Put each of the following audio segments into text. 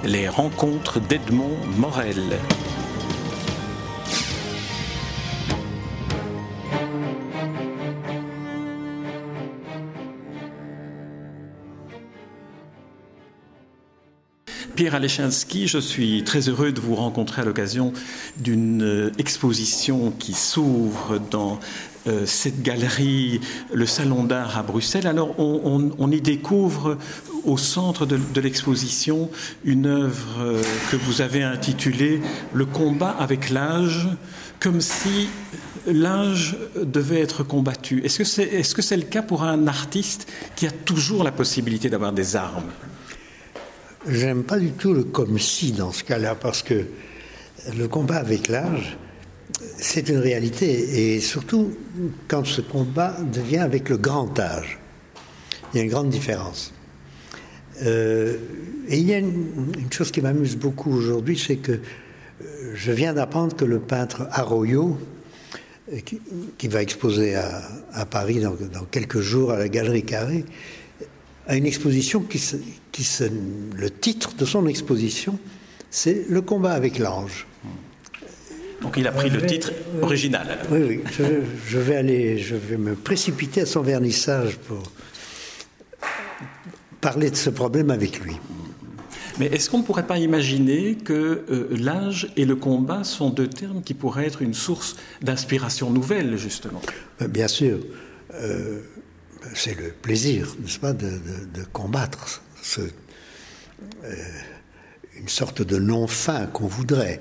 Les rencontres d'Edmond Morel. Pierre Alechinsky, je suis très heureux de vous rencontrer à l'occasion d'une exposition qui s'ouvre dans cette galerie, le Salon d'Art à Bruxelles. Alors on y découvre au centre de l'exposition une œuvre que vous avez intitulée « Le combat avec l'âge », comme si l'âge devait être combattu. Est-ce que c'est le cas pour un artiste qui a toujours la possibilité d'avoir des armes ? J'aime pas du tout le comme si dans ce cas-là, parce que le combat avec l'âge, c'est une réalité, et surtout quand ce combat devient avec le grand âge. Il y a une grande différence. Et il y a une chose qui m'amuse beaucoup aujourd'hui, c'est que je viens d'apprendre que le peintre Arroyo, qui va exposer à Paris dans quelques jours à la Galerie Carré, a une exposition le titre de son exposition, c'est « Le combat avec l'ange ». Donc il a pris le titre original. Oui. Je vais me précipiter à son vernissage pour parler de ce problème avec lui. Mais est-ce qu'on ne pourrait pas imaginer que l'âge et le combat sont deux termes qui pourraient être une source d'inspiration nouvelle, justement ? Bien sûr. C'est le plaisir, n'est-ce pas, de combattre une sorte de non-fin qu'on voudrait.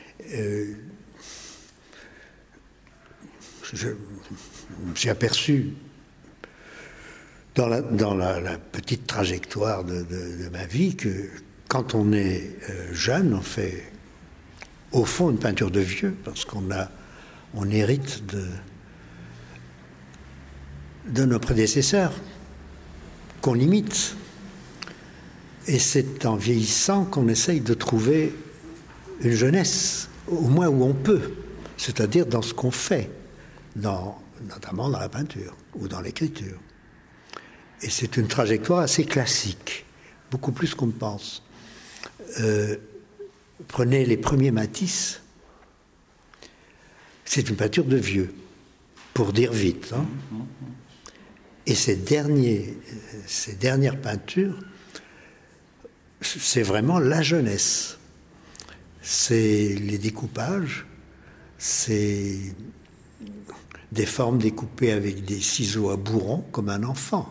Je me suis aperçu dans la petite trajectoire de ma vie que quand on est jeune, on fait au fond une peinture de vieux, parce qu'on hérite de nos prédécesseurs, qu'on imite. Et c'est en vieillissant qu'on essaye de trouver une jeunesse, au moins où on peut, c'est-à-dire dans ce qu'on fait, notamment dans la peinture ou dans l'écriture. Et c'est une trajectoire assez classique, beaucoup plus qu'on ne pense. Prenez les premiers Matisse, c'est une peinture de vieux, pour dire vite, hein. Et ces dernières peintures, c'est vraiment la jeunesse. C'est les découpages, c'est des formes découpées avec des ciseaux à bourron, comme un enfant.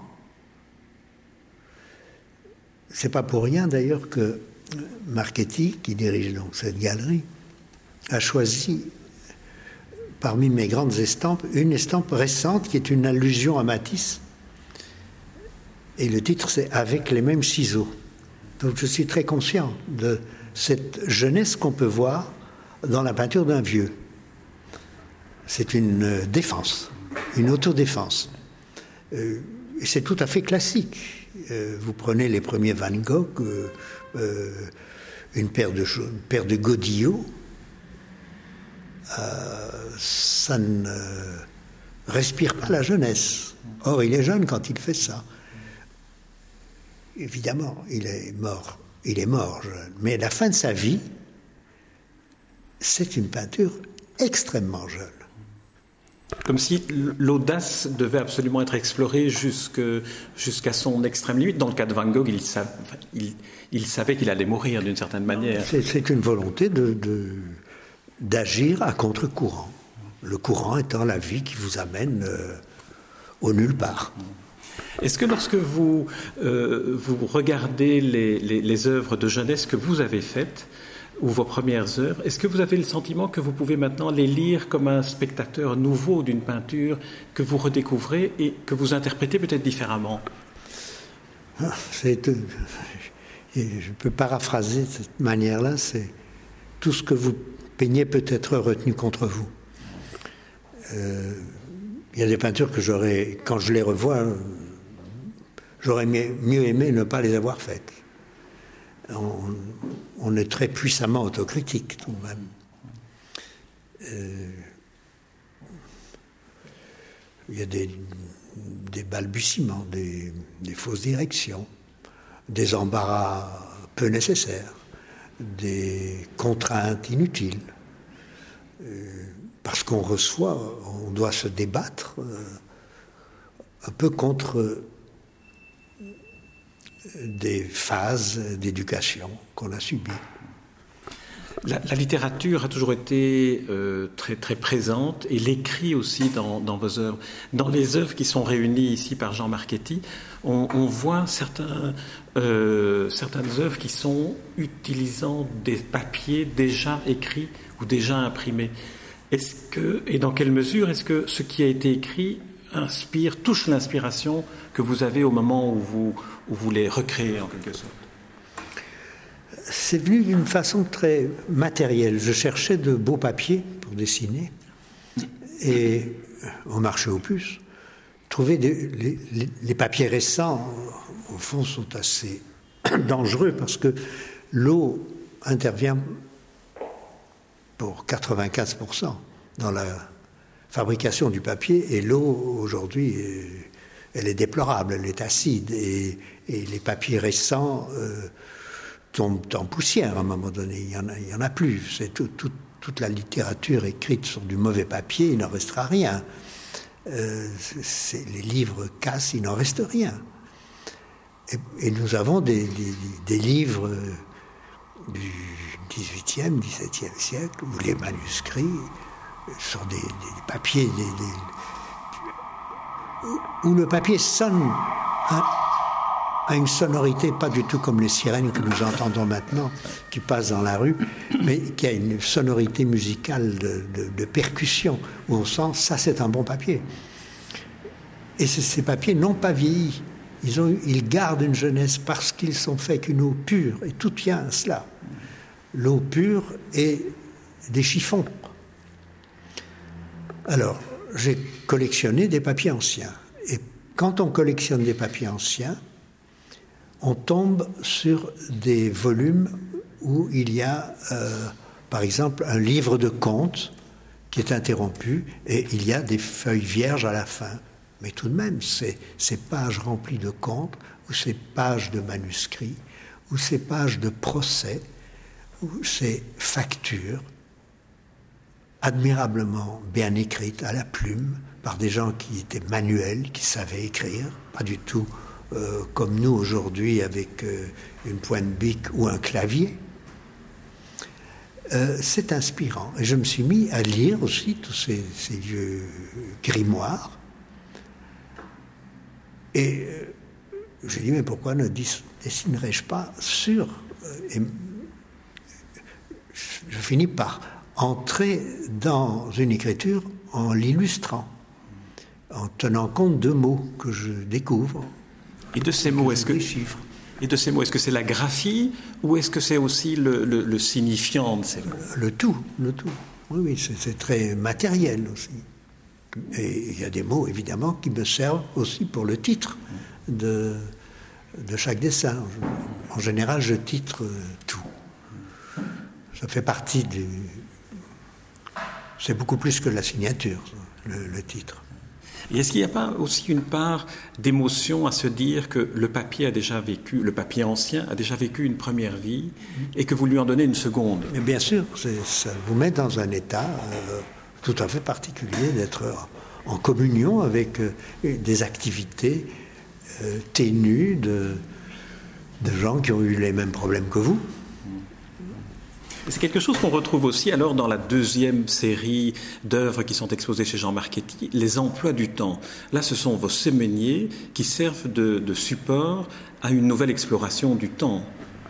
C'est pas pour rien d'ailleurs que Marchetti, qui dirige donc cette galerie, a choisi parmi mes grandes estampes une estampe récente qui est une allusion à Matisse. Et le titre, c'est « Avec les mêmes ciseaux ». Donc je suis très conscient de cette jeunesse qu'on peut voir dans la peinture d'un vieux. C'est une défense, une autodéfense. Et c'est tout à fait classique. Vous prenez les premiers Van Gogh, une paire de Godillot, ça ne respire pas la jeunesse. Or, il est jeune quand il fait ça. Évidemment, il est mort jeune. Mais la fin de sa vie, c'est une peinture extrêmement jeune. Comme si l'audace devait absolument être explorée jusqu'à son extrême limite. Dans le cas de Van Gogh, il savait qu'il allait mourir d'une certaine manière. C'est une volonté d'agir à contre-courant. Le courant étant la vie qui vous amène au nulle part. Est-ce que lorsque vous regardez les œuvres de jeunesse que vous avez faites, ou vos premières œuvres, est-ce que vous avez le sentiment que vous pouvez maintenant les lire comme un spectateur nouveau d'une peinture que vous redécouvrez et que vous interprétez peut-être différemment ? Je peux paraphraser de cette manière-là, c'est tout ce que vous peignez peut être retenu contre vous. Il y a des peintures que quand je les revois, j'aurais mieux aimé ne pas les avoir faites. On est très puissamment autocritique tout de même. Il y a des balbutiements, des fausses directions, des embarras peu nécessaires. des contraintes inutiles. Parce qu'on reçoit, on doit se débattre un peu contre des phases d'éducation qu'on a subies. La littérature a toujours été très, très présente, et l'écrit aussi dans vos œuvres. Dans les œuvres qui sont réunies ici par Jean Marchetti, on voit certaines œuvres qui sont utilisant des papiers déjà écrits ou déjà imprimés. Et dans quelle mesure est-ce que ce qui a été écrit touche l'inspiration que vous avez au moment où vous les recréez en quelque sorte? C'est venu d'une façon très matérielle. Je cherchais de beaux papiers pour dessiner et au marché aux puces, trouver les papiers récents, au fond, sont assez dangereux parce que l'eau intervient pour 95% dans la fabrication du papier, et l'eau aujourd'hui, elle est déplorable, elle est acide, et les papiers récents tombent en poussière à un moment donné, il y en a plus. C'est toute la littérature écrite sur du mauvais papier, il n'en restera rien. Les livres cassent, il n'en reste rien. Et nous avons des livres du XVIIIe, XVIIe siècle, où les manuscrits sont des papiers, où le papier sonne à une sonorité pas du tout comme les sirènes que nous entendons maintenant, qui passent dans la rue, mais qui a une sonorité musicale de percussion, où on sent ça, c'est un bon papier. Et ces papiers n'ont pas vieilli. Ils gardent une jeunesse parce qu'ils sont faits avec une eau pure, et tout tient à cela. L'eau pure et des chiffons. Alors, j'ai collectionné des papiers anciens. Et quand on collectionne des papiers anciens, on tombe sur des volumes où il y a, par exemple, un livre de contes qui est interrompu et il y a des feuilles vierges à la fin. Mais tout de même, ces pages remplies de contes, ou ces pages de manuscrits, ou ces pages de procès, ou ces factures admirablement bien écrites à la plume par des gens qui étaient manuels, qui savaient écrire, pas du tout comme nous aujourd'hui avec une pointe bic ou un clavier. C'est inspirant. Et je me suis mis à lire aussi tous ces vieux grimoires. Et j'ai dit, mais pourquoi ne dessinerais-je pas sur... et je finis par entrer dans une écriture en l'illustrant, en tenant compte de mots que je découvre. Et de ces mots, est-ce que c'est la graphie ou est-ce que c'est aussi le signifiant de ces mots? Le tout. Oui, c'est très matériel aussi. Et il y a des mots, évidemment, qui me servent aussi pour le titre de chaque dessin. En général, je titre tout. Ça fait partie du... C'est beaucoup plus que la signature, le titre. Et est-ce qu'il n'y a pas aussi une part d'émotion à se dire que le papier ancien a déjà vécu une première vie et que vous lui en donnez une seconde? Mais bien sûr, ça vous met dans un état tout à fait particulier d'être en communion avec des activités ténues de gens qui ont eu les mêmes problèmes que vous. C'est quelque chose qu'on retrouve aussi alors dans la deuxième série d'œuvres qui sont exposées chez Jean Marchetti, les emplois du temps. Là, ce sont vos sémeiniers qui servent de support à une nouvelle exploration du temps.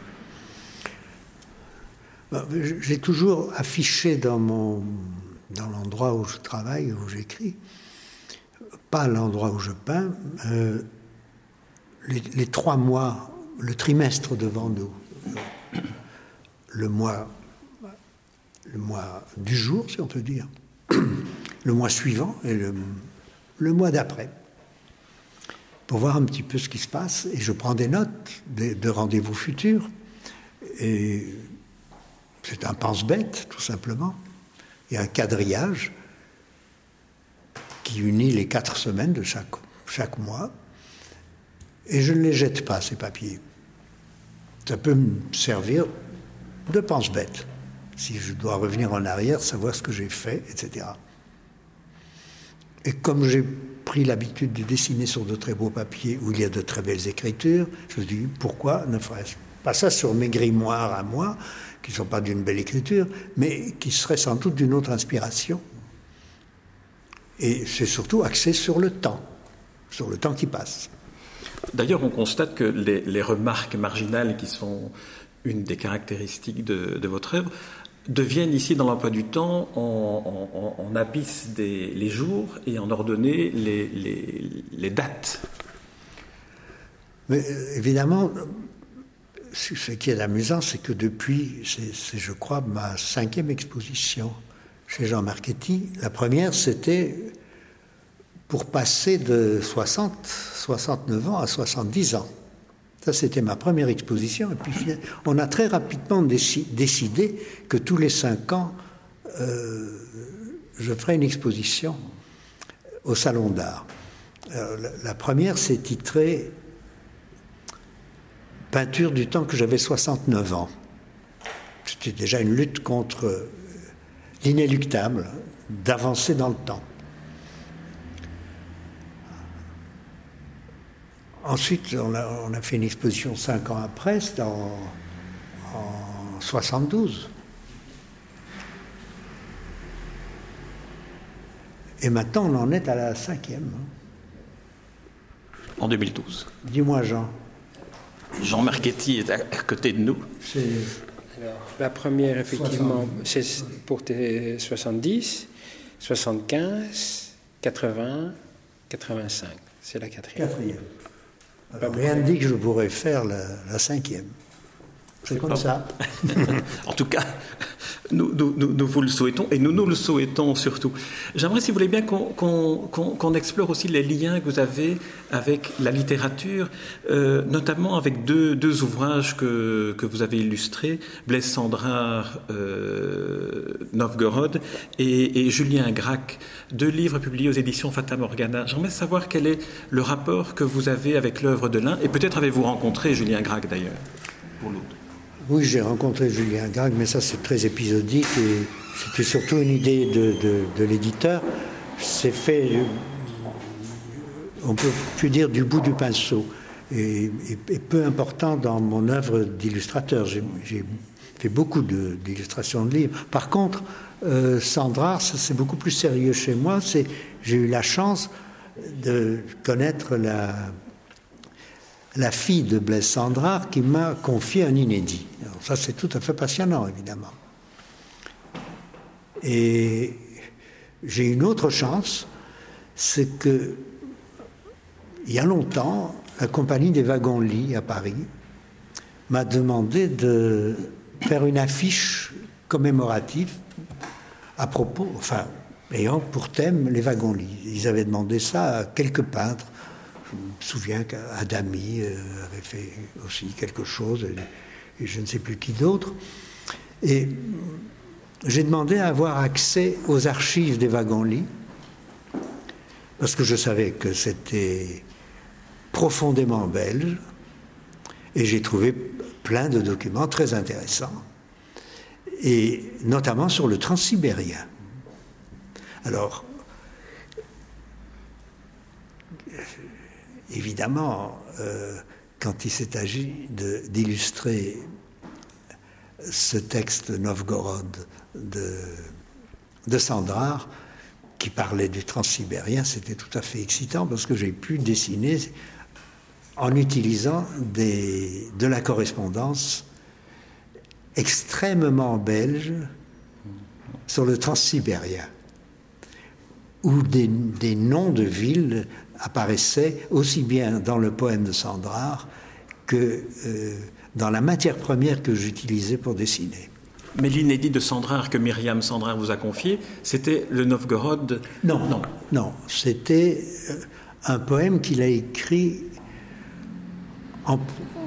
J'ai toujours affiché dans l'endroit où je travaille, où j'écris, pas l'endroit où je peins, les 3 mois, le trimestre devant nous. Le mois du jour, si on peut dire, le mois suivant et le mois d'après, pour voir un petit peu ce qui se passe. Et je prends des notes de rendez-vous futurs. Et c'est un pense-bête, tout simplement. Il y a un quadrillage qui unit les 4 semaines de chaque mois. Et je ne les jette pas, ces papiers. Ça peut me servir de pense-bête. Si je dois revenir en arrière, savoir ce que j'ai fait, etc. Et comme j'ai pris l'habitude de dessiner sur de très beaux papiers où il y a de très belles écritures, je me dis pourquoi ne ferais-je pas ça sur mes grimoires à moi, qui ne sont pas d'une belle écriture, mais qui seraient sans doute d'une autre inspiration. Et c'est surtout axé sur le temps qui passe. D'ailleurs, on constate que les remarques marginales qui sont une des caractéristiques de votre œuvre deviennent ici, dans l'emploi du temps, on abaisse les jours et en ordonner les dates. Mais évidemment, ce qui est amusant, c'est que depuis, c'est je crois, ma 5e exposition chez Jean Marchetti, la première, c'était pour passer de 69 ans à 70 ans. Ça, c'était ma première exposition. Et puis, on a très rapidement décidé que tous les 5 ans, je ferais une exposition au Salon d'Art. La première s'est titrée « Peinture du temps que j'avais 69 ans ». C'était déjà une lutte contre l'inéluctable d'avancer dans le temps. Ensuite, on a fait une exposition 5 ans après, c'était en 72. Et maintenant, on en est à la 5e. En 2012. Dis-moi, Jean. Jean Marchetti est à côté de nous. Alors, la première, effectivement, c'est pour tes 70, 75, 80, 85. C'est la 4e. Alors, rien ne dit que je pourrais faire la 5e. C'est comme ça. En tout cas, nous vous le souhaitons, et nous le souhaitons surtout. J'aimerais, si vous voulez bien, qu'on explore aussi les liens que vous avez avec la littérature, notamment avec deux ouvrages que vous avez illustrés, Blaise Cendrars, Novgorod, et Julien Gracq, 2 livres publiés aux éditions Fata Morgana. J'aimerais savoir quel est le rapport que vous avez avec l'œuvre de l'un, et peut-être avez-vous rencontré Julien Gracq d'ailleurs, pour l'autre. Oui, j'ai rencontré Julien Gracq, mais ça c'est très épisodique et c'était surtout une idée de l'éditeur. C'est fait, on peut plus dire du bout du pinceau, et peu important dans mon œuvre d'illustrateur. J'ai fait beaucoup d'illustrations de livres. Par contre, Cendrars, c'est beaucoup plus sérieux chez moi. J'ai eu la chance de connaître la fille de Blaise Cendrars qui m'a confié un inédit. Alors ça, c'est tout à fait passionnant, évidemment. Et j'ai une autre chance, c'est que, il y a longtemps, la compagnie des wagons-lits à Paris m'a demandé de faire une affiche commémorative à propos, enfin, ayant pour thème les wagons-lits. Ils avaient demandé ça à quelques peintres. Je me souviens qu'Adami avait fait aussi quelque chose, et je ne sais plus qui d'autre. Et j'ai demandé à avoir accès aux archives des wagons-lits, parce que je savais que c'était profondément belge, et j'ai trouvé plein de documents très intéressants, et notamment sur le transsibérien. Alors, évidemment, quand il s'est agi d'illustrer ce texte Novgorod de Cendrars, qui parlait du transsibérien, c'était tout à fait excitant parce que j'ai pu dessiner en utilisant de la correspondance extrêmement belge sur le transsibérien, où des noms de villes apparaissaient aussi bien dans le poème de Cendrars que dans la matière première que j'utilisais pour dessiner. Mais l'inédit de Cendrars que Myriam Cendrars vous a confié, c'était le Novgorod. Non, c'était un poème qu'il a écrit en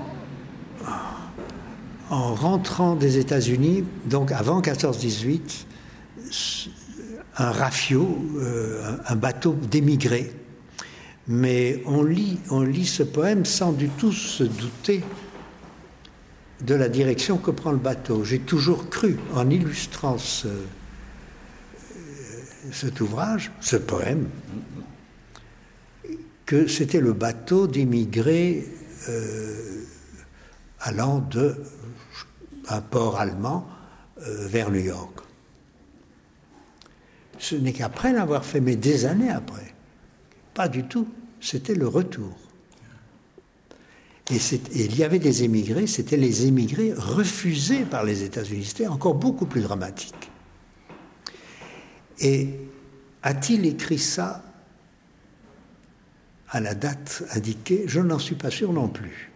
rentrant des États-Unis, donc avant 14-18, un rafio, un bateau d'émigrés. Mais on lit ce poème sans du tout se douter de la direction que prend le bateau. J'ai toujours cru, en illustrant cet ouvrage, ce poème, que c'était le bateau d'immigrés allant d'un port allemand vers New York. Ce n'est qu'après l'avoir fait, mais des années après. Pas du tout. C'était le retour. Et il y avait des émigrés, c'était les émigrés refusés par les États-Unis. C'était encore beaucoup plus dramatique. Et a-t-il écrit ça à la date indiquée? Je n'en suis pas sûr non plus.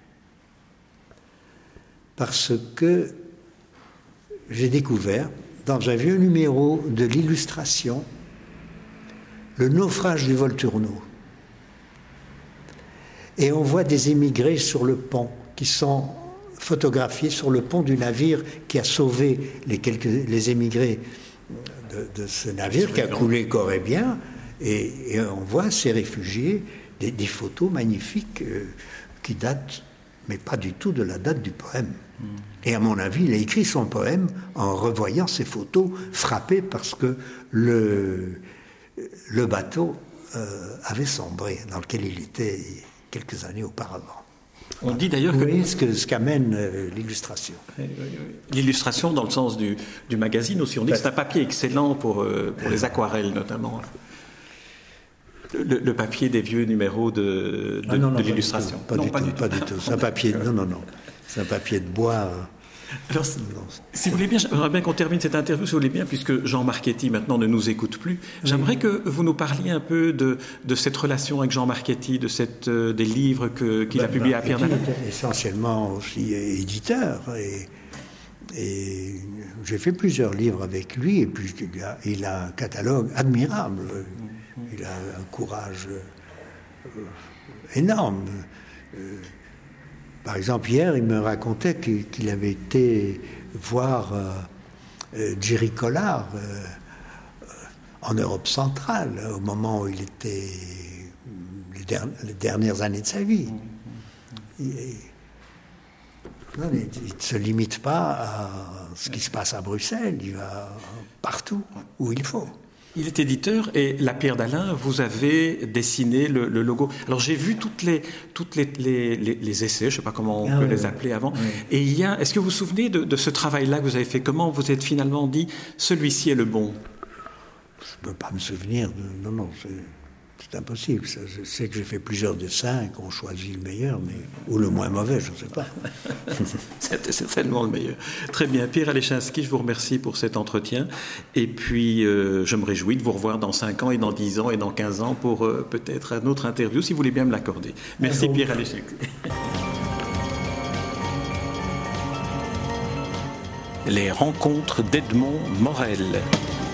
Parce que j'ai découvert, dans un vieux numéro de l'Illustration, le naufrage du Volturno. Et on voit des émigrés sur le pont, qui sont photographiés sur le pont du navire qui a sauvé les émigrés de ce navire qui a coulé corps et bien. Et on voit ces réfugiés, des photos magnifiques qui datent, mais pas du tout de la date du poème. Et à mon avis, il a écrit son poème en revoyant ces photos, frappé parce que le bateau avait sombré, dans lequel il était quelques années auparavant. On dit d'ailleurs que... Vous voyez ce qu'amène l'illustration. L'illustration dans le sens du magazine aussi. On dit que c'est un papier excellent pour les aquarelles notamment. Le papier des vieux numéros de l'illustration. Pas du tout. C'est un papier... Non. C'est un papier de bois... Alors, si vous voulez bien, j'aimerais bien qu'on termine cette interview, si vous voulez bien, puisque Jean Marchetti maintenant ne nous écoute plus. J'aimerais que vous nous parliez un peu de cette relation avec Jean Marchetti, des livres qu'il a publiés à Pierre Dallain. Il était essentiellement aussi éditeur, et j'ai fait plusieurs livres avec lui, et puis il a un catalogue admirable. Il a un courage énorme. Par exemple, hier, il me racontait qu'il avait été voir Jerry Collard en Europe centrale, au moment où il était les dernières années de sa vie. Il ne se limite pas à ce qui se passe à Bruxelles, il va partout où il faut. Il est éditeur et la Pierre Dallain, vous avez dessiné le logo. Alors j'ai vu toutes les essais, je ne sais pas comment on peut les appeler avant. Oui. Et est-ce que vous vous souvenez de ce travail-là que vous avez fait? Comment vous êtes finalement dit, celui-ci est le bon? Je ne peux pas me souvenir. Non, c'est impossible. Je sais que j'ai fait plusieurs dessins qu'on choisit le meilleur, ou le moins mauvais, je ne sais pas. C'était certainement le meilleur. Très bien. Pierre Alechinski, je vous remercie pour cet entretien. Et puis, je me réjouis de vous revoir dans 5 ans et dans 10 ans et dans 15 ans pour peut-être un autre interview, si vous voulez bien me l'accorder. Merci Pierre Alechinski. Les rencontres d'Edmond Morel.